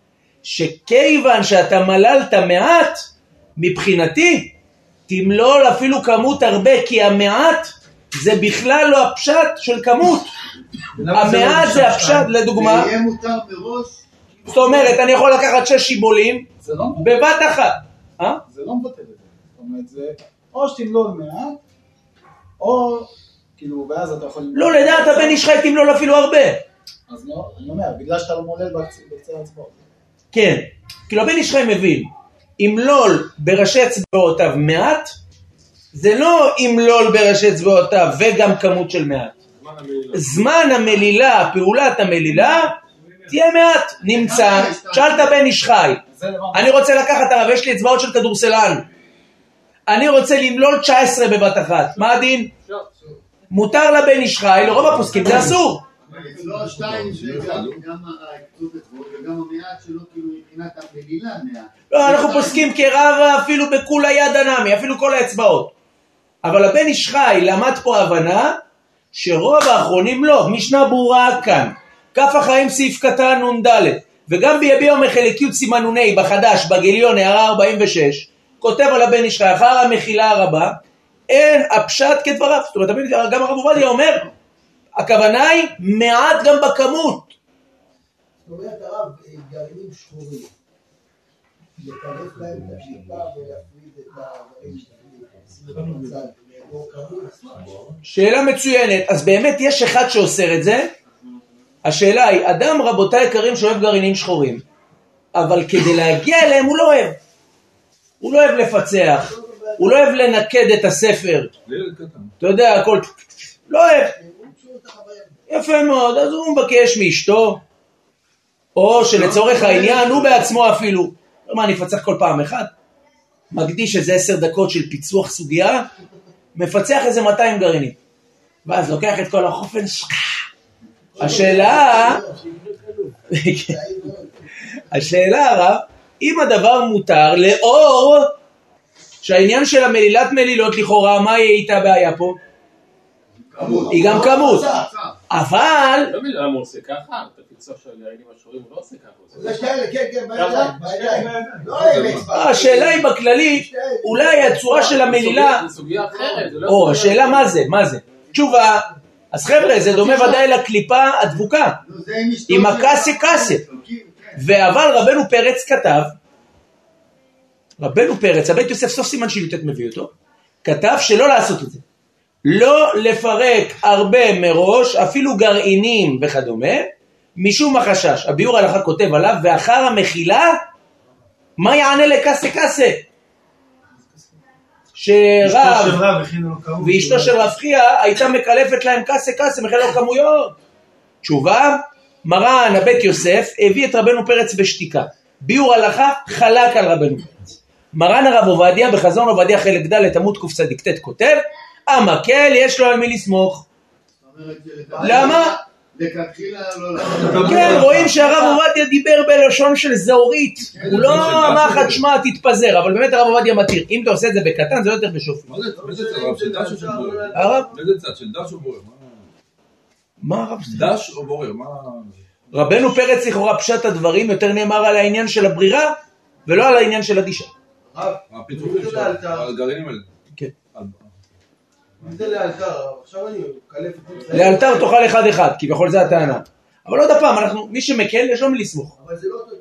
שכיוון שאתה מללת מעט, מבחינתי, תמלול אפילו כמות הרבה, כי המעט זה בכלל לא הפשט של כמות. המעט זה הפשט, לדוגמה. זה יהיה מותר מראש. זאת אומרת, אני יכול לקחת שש שיבולים, בבת אחת. זה לא מבטל את זה. זאת אומרת, זה או שתמלול מעט, או כאילו, ואז אתה יכול... לא, לדעת הבן איש חי תמלול אפילו הרבה. אז לא, אני אומר, בגלל שאתה לא מולל בקצה האצבעות. כן, כאילו הבן איש חי מבין, אם לול בראשי אצבעותיו מעט, זה לא אם לול בראשי אצבעותיו וגם כמות של מעט. זמן המלילה, פעולת המלילה, תהיה מעט, נמצא, שאלת בן איש חי, אני רוצה לקחת הרב, יש לי אצבעות של כדורסלן, אני רוצה למלול תשע עשרה בבת אחת, מה הדין? מותר לבן איש חי, לרוב הפוסקים זה אסור. לא, שתיים, זה גם הקצות אצבעות וגם המעט שלא כאילו מבחינת המלילה מעט. לא, אנחנו פוסקים כרבה אפילו בכול היד הנמי, אפילו כל האצבעות. אבל הבן איש חי למד פה הבנה שרוב האחרונים לא, משנה ברורה כאן. כף החיים סעיף קטן נון ד' וגם ביביע ומחלקיות סימן נוני בחדש, בגיליון, הערה ארבעים ושש, כותב על הבן איש חי, אחר המחילה הרבה, אין הפשט כדבריו. זאת אומרת, גם הרב עובדיה אומר, הכוונה היא מעט גם בכמות. זאת אומרת, הרב, גרעינים שחורים, לקלף להם את הקליפה ולהפריד את הדברים שתפריד בצד, או כמות. שאלה מצוינת. אז באמת יש אחד שאוסר את זה. השאלה היא, אדם רבותיי יקרים שאוהב גרעינים שחורים, אבל כדי להגיע אליהם הוא לא אוהב. הוא לא אוהב לפצח, הוא לא אוהב לנקד את הספר. אתה יודע, הכל... לא אוהב. יפה מאוד, אז הוא מבקש מאשתו, או שלצורך העניין הוא בעצמו אפילו, מה אני אפצח כל פעם אחד? מקדיש איזה עשר דקות של פיצוח סוגיה, מפצח איזה מאתיים גרעינים, ואז לוקח את כל החופן, השאלה, השאלה הרב, אם הדבר מותר, לאור שהעניין של המלילת מלילות לכאורה, מה יהיה איתה בעיה פה? היא גם כמות. אבל... לא מבין למה הוא עושה ככה, את הפיצוח של הגרעינים השחורים הוא לא עושה ככה. זה כאלה, כן, כן, בידיים. לא, השאלה היא בכללית, אולי הצורה של המלילה... זה סוגיה אחרת. או, השאלה מה זה, מה זה? תשובה, אז חבר'ה, זה דומה ודאי לקליפה הדבוקה. עם הקסה קסה. אבל רבנו פרץ כתב, רבנו פרץ, הבית יוסף סוף סימן שילוטט מביא אותו, כתב שלא לעשות את זה. לא לפרק הרבה מראש, אפילו גרעינים וכדומה, משום החשש. הביאור הלכה כותב עליו, ואחר המחילה, מה יענה לקסה קסה? שרב ואשתו של רב חייא הייתה מקלפת להם קסה קסה, מכילה לו כמויות. תשובה, מרן הבית יוסף הביא את רבנו פרץ בשתיקה. ביאור הלכה חלק על רבנו פרץ. מרן הרב עובדיה בחזון עובדיה חלק ד' עמוד קצ"ט כותב, המקל יש לו על מי לסמוך. למה? לכתחילה לא... כן, רואים שהרב עובדיה דיבר בלשון של זהורית. הוא לא אמר לך, תשמע, תתפזר, אבל באמת הרב עובדיה מתיר. אם אתה עושה את זה בקטן, זה יותר בשופי. מה זה צד הרב? של דש או של בורר? הרב? באיזה צד? של דש או בורר? מה הרב? דש או בורר? מה... רבנו פרץ לכאורה פשט הדברים, יותר נאמר על העניין של הברירה, ולא על העניין של הדישה. הפיתוחים של הגרעינים האלה. כן. מי זה לאלתר? עכשיו אני קלף... לאלתר תאכל אחד אחד, כי בכל זה הטענה. אבל עוד הפעם, אנחנו, מי שמקל, יש לו מי לסמוך. אבל זה לא אותו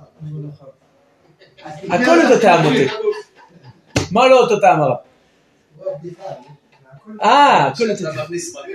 טעם. הכל אותו טעם אותי. מה לא אותו טעם הרב? אה, הכל אותו טעם.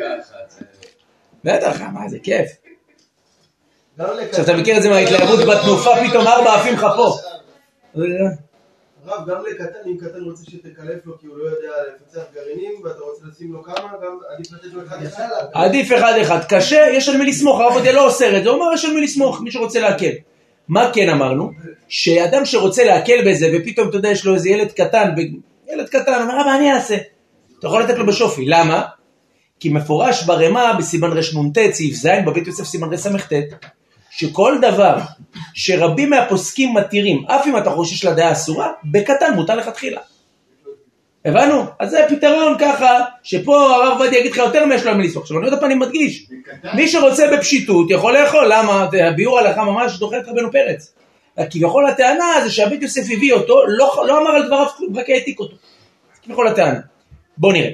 בטח, מה זה כיף. עכשיו אתה מכיר את זה מההתלהבות בתנופה, פתאום ארבע עפים לך פה. רב, גם לקטן, אם קטן רוצה שתקלף לו כי הוא לא יודע לפצח גרעינים ואתה רוצה לשים לו כמה, גם עדיף לתת לו אחד אחד. עדיף אחד אחד. קשה, יש על מי לסמוך, הרב עובדיה לא אוסר את זה, הוא אומר יש על מי לסמוך, מי שרוצה להקל. מה כן אמרנו? שאדם שרוצה להקל בזה ופתאום אתה יודע יש לו איזה ילד קטן, ילד קטן, אומר רבא אני אעשה. אתה יכול לתת לו בשופי, למה? כי מפורש ברמה בסימן רשנונט, סעיף זין, בבית יוסף סימן רסמכת, שכל דבר שרבים מהפוסקים מתירים, אף אם אתה חושש לדעה אסורה, בקטן מותר לכתחילה. הבנו? אז זה פתרון ככה, שפה הרב עובדיה יגיד לך יותר מה יש לו על מי לסמוך. עכשיו אני עוד הפעם מדגיש, מי שרוצה בפשיטות יכול לאכול, למה? הביאור הלכה ממש דוחה את רבנו פרץ. כביכול הטענה זה שהבית יוסף הביא אותו, לא, לא אמר על דבריו כלום, רק העתיק אותו. כביכול הטענה. בוא נראה.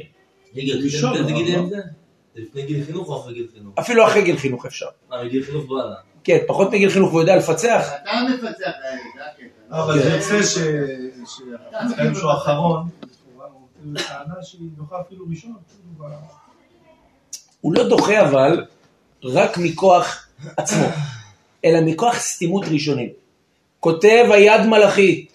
לפני גיל חינוך או אחרי גיל חינוך? אפילו אחרי גיל חינוך אפשר. מה, מגיל חינוך בעלה? כן, פחות מגיל חינוך הוא יודע לפצח. אתה מפצח, אבל זה יוצא שהחצאים שהוא האחרון, הוא טענה שהיא דוחה אפילו ראשון. הוא לא דוחה אבל רק מכוח עצמו, אלא מכוח סתימות ראשונים. כותב היד מלאכית,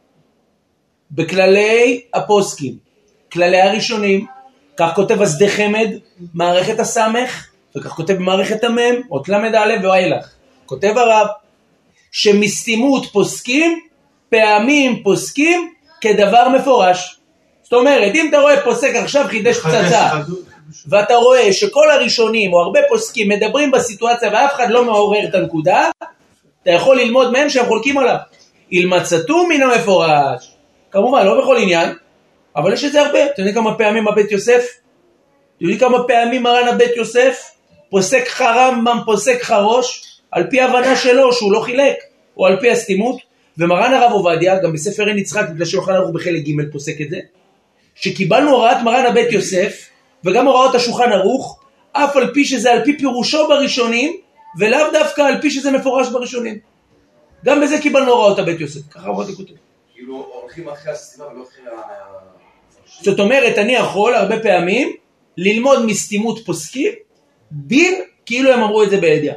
בכללי הפוסקים, כללי הראשונים, כך כותב הסדה חמד, מערכת הסמך, וכך כותב במערכת המם, אות למד א' ואילך. כותב הרב, שמסתימות פוסקים, פעמים פוסקים כדבר מפורש. זאת אומרת, אם אתה רואה פוסק עכשיו חידש פצצה, ואתה רואה שכל הראשונים או הרבה פוסקים מדברים בסיטואציה ואף אחד לא מעורר את הנקודה, אתה יכול ללמוד מהם שהם חולקים עליו. ילמצאו מן המפורש. כמובן, לא בכל עניין, אבל יש את זה הרבה. אתם יודעים כמה פעמים הבית יוסף? אתם יודעים כמה פעמים מרן הבית יוסף פוסק חרמב"ם, פוסק חרוש, על פי הבנה שלו שהוא לא חילק, או על פי הסתימות. ומרן הרב עובדיה, גם בספר אין יצחק, בגלל שולחן ערוך בחלק ג' פוסק את זה, שקיבלנו הוראת מרן הבית יוסף, וגם הוראות השולחן ערוך, אף על פי שזה על פי פירושו בראשונים, ולאו דווקא על פי שזה מפורש בראשונים. גם בזה קיבלנו הוראות הבית יוסף, ככה עובדיה כותב. כאילו הולכים אחרי הסתימה ולא אחרי ה... זאת אומרת, אני יכול הרבה פעמים ללמוד מסתימות פוסקים, דין כאילו הם אמרו את זה בידיעה.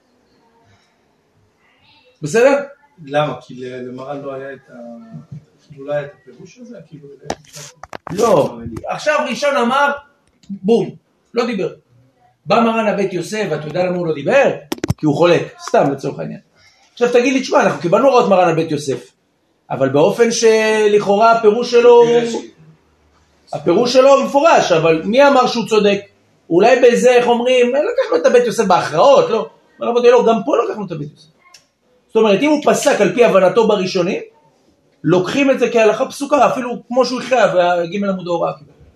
בסדר? למה? כי למרן לא היה את ה... כאילו לא היה את הפירוש הזה? כאילו... לא, עכשיו ראשון אמר, בום, לא דיבר. בא מרן הבית יוסף, ואתה יודע למה הוא לא דיבר? כי הוא חולק, סתם לצורך העניין. עכשיו תגיד לי, תשמע, אנחנו קיבלנו הוראות מרן הבית יוסף, אבל באופן שלכאורה הפירוש שלו, הפירוש שלו מפורש, אבל מי אמר שהוא צודק? אולי בזה, איך אומרים, לקחנו את הבית יוסף בהכרעות, לא? מרבותי לא, גם פה לקחנו את הבית יוסף. זאת אומרת, אם הוא פסק על פי הבנתו בראשונים, לוקחים את זה כהלכה פסוקה, אפילו כמו שהוא הכרע, והגימל עמוד ההוראה.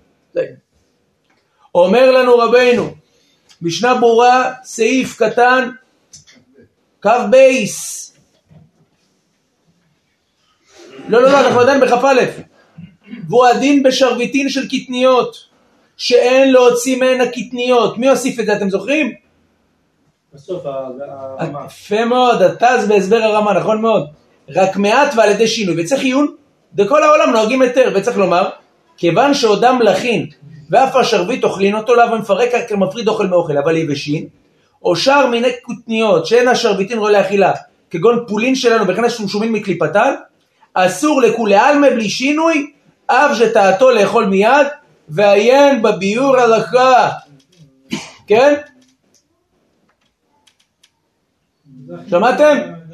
אומר לנו רבינו, משנה ברורה, סעיף קטן, קו בייס. לא, לא, לא, אנחנו עדיין בכף א', והוא הדין בשרביטין של קטניות, שאין להוציא מהן הקטניות. מי הוסיף את זה, אתם זוכרים? בסוף הרמה. יפה מאוד, התז בהסבר הרמה, נכון מאוד. רק מעט ועל ידי שינוי, וצריך עיון, בכל העולם נוהגים יותר, וצריך לומר, כיוון שעודם לכין, ואף השרביט אוכלין אותו לה ומפרק רק למפריד אוכל מאוכל, אבל יבשין, או שאר מיני קטניות, שאין השרביטין רואה לאכילה, כגון פולין שלנו, בכן השומשומים מקליפתן, אסור לכולי עלמא בלי שינוי, אף שטעתו לאכול מיד, ועיין בביאור הלכה. כן? שמעתם?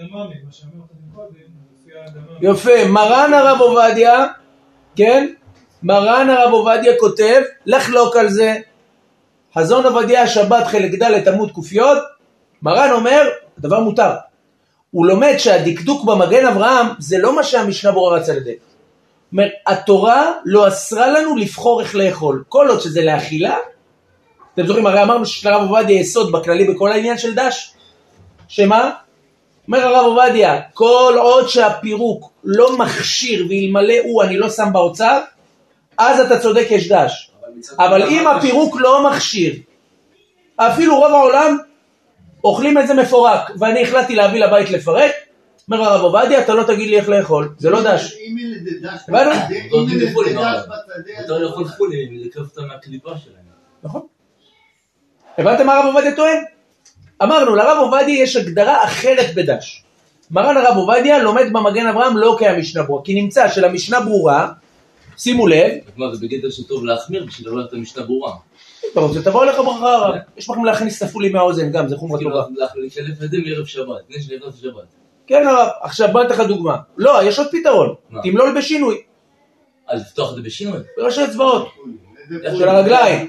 יפה, מרן הרב עובדיה, כן? מרן הרב עובדיה כותב, לחלוק על זה, חזון עובדיה השבת חלק ד' עמוד קופיות, מרן אומר, דבר מותר. הוא לומד שהדקדוק במגן אברהם זה לא מה שהמשנה ברורה רצה לדעת. אומר, התורה לא אסרה לנו לבחור איך לאכול. כל עוד שזה לאכילה, אתם זוכרים, הרי אמרנו שלרב עובדיה יסוד בכללי בכל העניין של דש. שמה? אומר הרב עובדיה, כל עוד שהפירוק לא מכשיר ואלמלא הוא, אני לא שם באוצר, אז אתה צודק יש דש. אבל אם הפירוק לא מכשיר, אפילו רוב העולם אוכלים את זה מפורק, ואני החלטתי להביא לבית לפרק, אומר הרב עובדיה, אתה לא תגיד לי איך לאכול, זה לא דש. אם אין לזה דש הבנו? אם אין לזה דש אתה לא יכול פולים, לקרבת מהקליפה שלהם. נכון. הבנתם מה הרב עובדיה טוען? אמרנו, לרב עובדיה יש הגדרה אחרת בדש. מרן הרב עובדיה לומד במגן אברהם לא כהמשנה ברורה, כי נמצא של המשנה ברורה, שימו לב. מה, זה בגדר שטוב להחמיר בשביל לא לתת המשנה ברורה. טוב, זה תבוא לך ברכה הרב. יש לכם להכניס תפולים מהאוזן גם, זה חומרת טובה. לשלף את זה מערב שבת, לפני שנכנס לשבת. כן הרב, עכשיו בוא נתן לך דוגמה. לא, יש עוד פתרון. תמלול בשינוי. אז לפתוח את זה בשינוי? בראשי אצבעות. של הרגליים.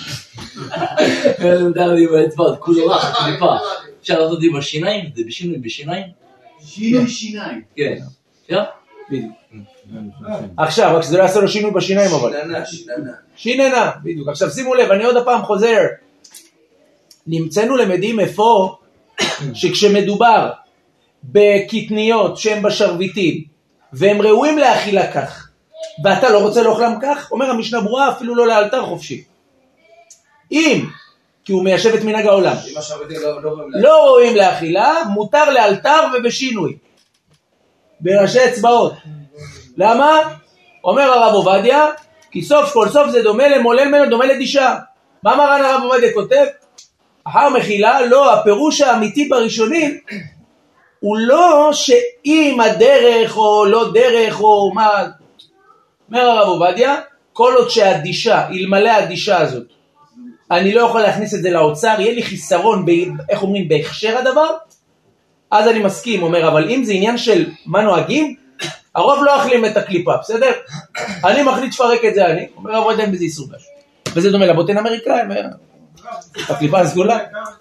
נדע לי באצבעות, כולו רח, קליפה. אפשר לעשות את זה בשיניים? זה בשינוי בשיניים? שינוי שיניים. כן. אפשר? בדיוק. עכשיו, רק שזה לא יעשה לו שינוי בשיניים אבל. שיננה, שיננה. שיננה, בדיוק. עכשיו שימו לב, אני עוד הפעם חוזר. נמצאנו למדים איפה שכשמדובר בקטניות שהן בשרביטים, והם ראויים לאכילה כך, ואתה לא רוצה לאוכלם כך, אומר המשנה ברורה אפילו לא לאלתר חופשי. אם, כי הוא מיישב את מנהג העולם, לא ראויים לאכילה, מותר לאלתר ובשינוי. בראשי אצבעות. למה? אומר הרב עובדיה, כי סוף כל סוף זה דומה למולל ממנו, דומה לדישה. מה מרן הרב עובדיה כותב? אחר מחילה, לא, הפירוש האמיתי בראשונים, הוא לא שאם הדרך או לא דרך או מה, אומר הרב עובדיה, כל עוד שהדישה, אלמלא הדישה הזאת, אני לא יכול להכניס את זה לאוצר, יהיה לי חיסרון, ב, איך אומרים, בהכשר הדבר, אז אני מסכים, אומר, אבל אם זה עניין של מה נוהגים, הרוב לא אכלים את הקליפה, בסדר? אני מחליט לפרק את זה, אני, אומר הרב עובדיה, בזה איסור דש. וזה דומה לבוטן אמריקאי, הקליפה הסגולה.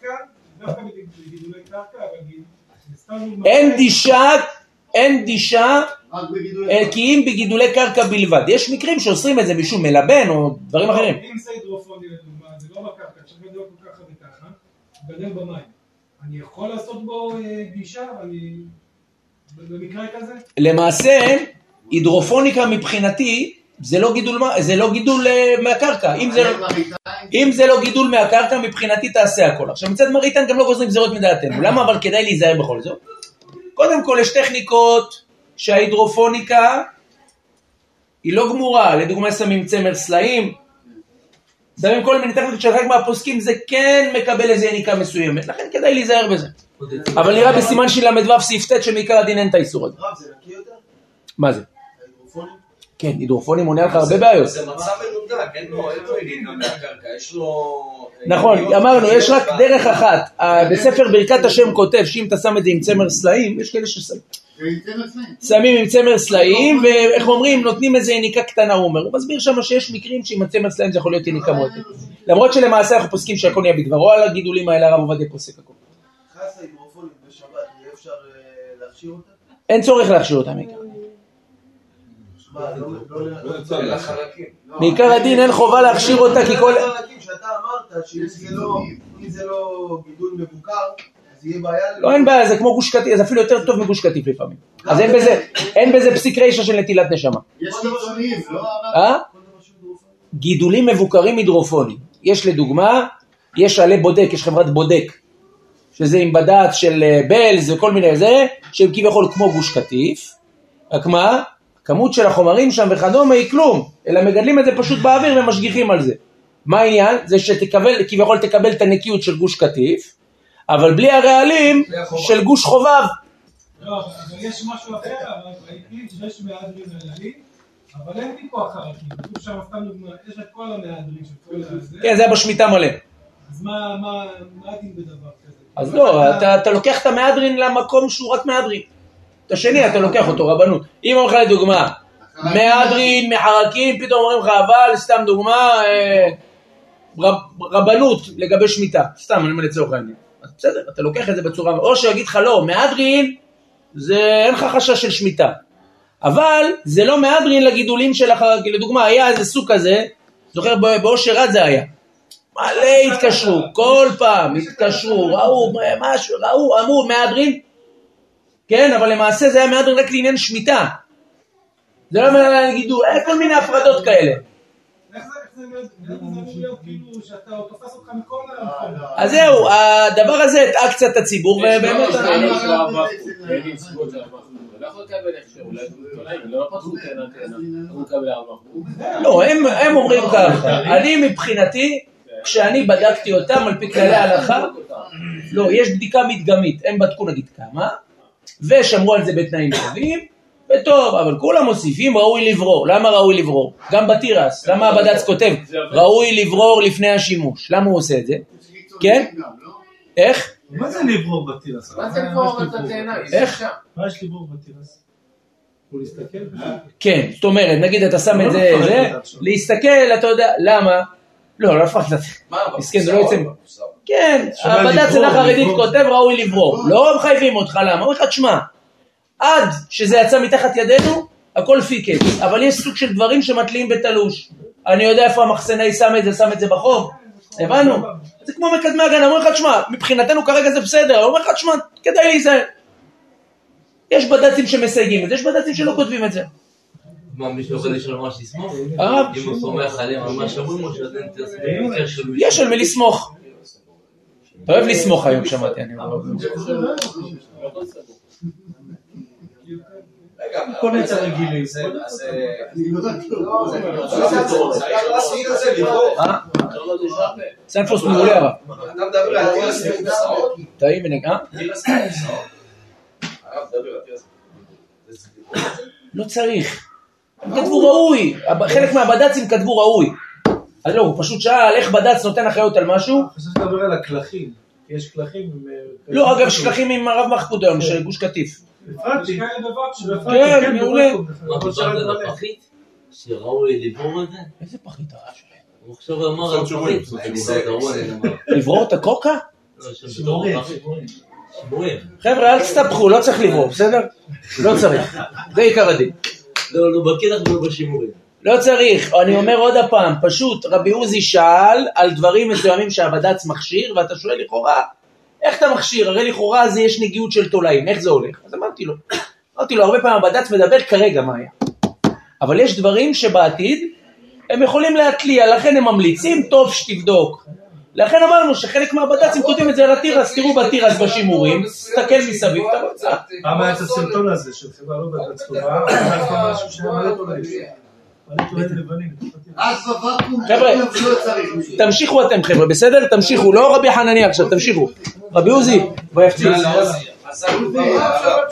אין דישה, אין דישה, כי אם בגידולי קרקע בלבד. יש מקרים שעושים את זה משום מלבן או דברים אחרים. אם זה הידרופוני לדוגמה, זה לא בקרקע, אפשר גדול כל ככה וככה, גדל במים. אני יכול לעשות בו דישה, ואני... במקרה כזה? למעשה, הידרופוניקה מבחינתי, זה לא גידול, זה לא גידול מהקרקע. אם זה לא, אם זה לא גידול מהקרקע, מבחינתי תעשה הכל. עכשיו, מצד מריטן גם לא גוזרים גזרות מדעתנו. למה? אבל כדאי להיזהר בכל זאת. קודם כל, יש טכניקות שההידרופוניקה היא לא גמורה. לדוגמה, שמים צמר סלעים. שמים כל מיני טכניקות שחלק מהפוסקים זה כן מקבל איזו יניקה מסוימת. לכן כדאי להיזהר בזה. אבל נראה בסימן של למדוו סעיף ט' שמעיקר הדין אין את האיסור הזה. רב, זה נקי יותר? מה זה? ההידרופונים? כן, הידרופונים מונע לך הרבה בעיות. זה מצב מנותק, אין לו יניקה מהקרקע, יש לו... נכון, אמרנו, יש רק דרך אחת. בספר ברכת השם כותב שאם אתה שם את זה עם צמר סלעים, יש כאלה ששמים. שמים עם צמר סלעים, ואיך אומרים, נותנים איזה יניקה קטנה, הוא אומר. הוא מסביר שם שיש מקרים שעם הצמר סלעים זה יכול להיות יניקה מאוד. למרות שלמעשה אנחנו פוסקים שהכל נהיה בדברו, על הגידולים האלה הרב עובדיה פוסק הכל. חס ההידרופונים בשבת, יהיה אפשר להכשיר אותה? אין צורך להכשיר אותה מעיקר. מעיקר הדין אין חובה להכשיר אותה כי כל... שאתה אמרת שאם זה לא גידול מבוקר, אז יהיה בעיה... לא, אין בעיה, זה כמו גוש קטיף, זה אפילו יותר טוב מגוש קטיף לפעמים. אז אין בזה פסיק רישה של נטילת נשמה. יש גידולים, לא? אה? גידולים מבוקרים הידרופונים. יש לדוגמה, יש עלי בודק, יש חברת בודק, שזה עם בד"ץ של בלז וכל מיני זה, שהם כביכול כמו גוש קטיף, רק מה? כמות של החומרים שם וכדומה היא כלום, אלא מגדלים את זה פשוט באוויר ומשגיחים על זה. מה העניין? זה שתקבל, כביכול תקבל את הנקיות של גוש קטיף, אבל בלי הרעלים של גוש חובב. לא, אבל יש משהו אחר, אבל ראיתי שיש מהדרין עליהם, אבל אין טיפוח חרקים. כתוב שם סתם דוגמה, יש את כל המהדרין של כל הזה. כן, זה היה בשמיטה מלא. אז מה, מה, מה הדין בדבר כזה? אז לא, אתה, אתה לוקח את המהדרין למקום שהוא רק מהדרין. את השני אתה לוקח אותו רבנות. אם אומרים לך לדוגמה, מהדרין, מחרקים, פתאום אומרים לך, אבל סתם דוגמה, רב, רבנות לגבי שמיטה, סתם אני אומר לצורך העניין. אז בסדר, אתה לוקח את זה בצורה, או שיגיד לך לא, מהדרין, זה אין לך חשש של שמיטה. אבל זה לא מהדרין לגידולים שלך, כי לדוגמה, היה איזה סוג כזה, זוכר באושר עד זה היה. מלא התקשרו, כל פעם התקשרו, ראו משהו, ראו, אמרו מהדרין, כן, אבל למעשה זה היה מהדרין רק לעניין שמיטה. זה לא מה גידול, היה כל מיני הפרדות כאלה. איך זה אמור להיות כאילו שאתה תופס אותך מכל העולם? אז זהו, הדבר הזה הטעה קצת הציבור, ובאמת... אני לא יכול לקבל הכשר, אולי לא פתחו תאנה תאנה, הוא מקבל ארבע. לא, הם אומרים ככה, אני מבחינתי, כשאני בדקתי אותם על פי כללי ההלכה, לא, יש בדיקה מדגמית, הם בדקו נגיד כמה, ושמרו על זה בתנאים טובים, וטוב, אבל כולם מוסיפים ראוי לברור. למה ראוי לברור? גם בתירס, למה הבד"ץ כותב ראוי לברור לפני השימוש? למה הוא עושה את זה? כן? איך? מה זה לברור בתירס? מה זה לברור בתתנה? איך? מה יש לברור בתירס? הוא להסתכל? כן, זאת אומרת, נגיד אתה שם את זה, להסתכל, אתה יודע, למה? לא, לא הפך את זה. מסכן, זה לא יוצא. כן, הבד"ץ הלכה החרדית כותב ראוי לברור. לא מחייבים אותך, למה? הוא אחד שמה. עד שזה יצא מתחת ידינו, הכל פיקט. אבל יש סוג של דברים שמטלים בתלוש. אני יודע איפה המחסנאי שם את זה, שם את זה בחום. הבנו? זה כמו מקדמי הגנה, אומר לך תשמע, מבחינתנו כרגע זה בסדר, אומר לך תשמע, כדאי להיזהר. יש בד"צים שמסייגים את זה, יש בד"צים שלא כותבים את זה. מה, מישהו יכול לשאול ממש לסמוך? הרב. אם הוא סומך עליהם על מה שאומרים או שאתם תסמוך? יש על מי לסמוך. אתה אוהב לסמוך היום, שמעתי, אני אוהב. רגע, כל נצא רגילים. אז... אני לא יודעת לא. צריך לעשות את זה לברור. סנפוס מעולה הרב. אתה מדבר על תירס מבוסעות. תאים ונגע. תירס מבוסעות. הרב מדבר על תירס מבוסעות. לא צריך. הם כתבו ראוי. חלק מהבד"צים כתבו ראוי. אז לא, הוא פשוט שאל איך בד"ץ נותן אחריות על משהו. אני חושב לדבר על הכלכים. יש כלכים... לא, אגב, יש כלכים עם הרב מחפוד היום, של גוש קטיף. הפרעתי. כן, מעולה. מה פתרת את הפחית? שראוי לברור את זה? איזה פחית הרב שלהם? הוא עכשיו אמר על פחית. לברור את הקוקה? לא, שימורים. שימורים. חבר'ה, אל תסתבכו, לא צריך לברור, בסדר? לא צריך. זה עיקר הדין. לא, לא בקטח ולא בשימורים. לא צריך, אני אומר עוד הפעם, פשוט רבי עוזי שאל על דברים מסוימים שהבד"ץ מכשיר, ואתה שואל לכאורה, איך אתה מכשיר? הרי לכאורה זה יש נגיעות של תולעים, איך זה הולך? אז אמרתי לו, אמרתי לו, הרבה פעמים הבד"ץ מדבר כרגע מה היה. אבל יש דברים שבעתיד הם יכולים להתליע, לכן הם ממליצים, טוב שתבדוק. לכן אמרנו שחלק מהבד"צים כותבים את זה על התירס, תראו בתירס בשימורים, תסתכל מסביב, אתה רוצה. פעם היה את הסרטון הזה של חברה לא בד"ץ טובה, אבל משהו שהיה מלא תולעים. חבר'ה, תמשיכו אתם חבר'ה, בסדר? תמשיכו, לא רבי חנניה עכשיו, תמשיכו. רבי עוזי, ויפציץ.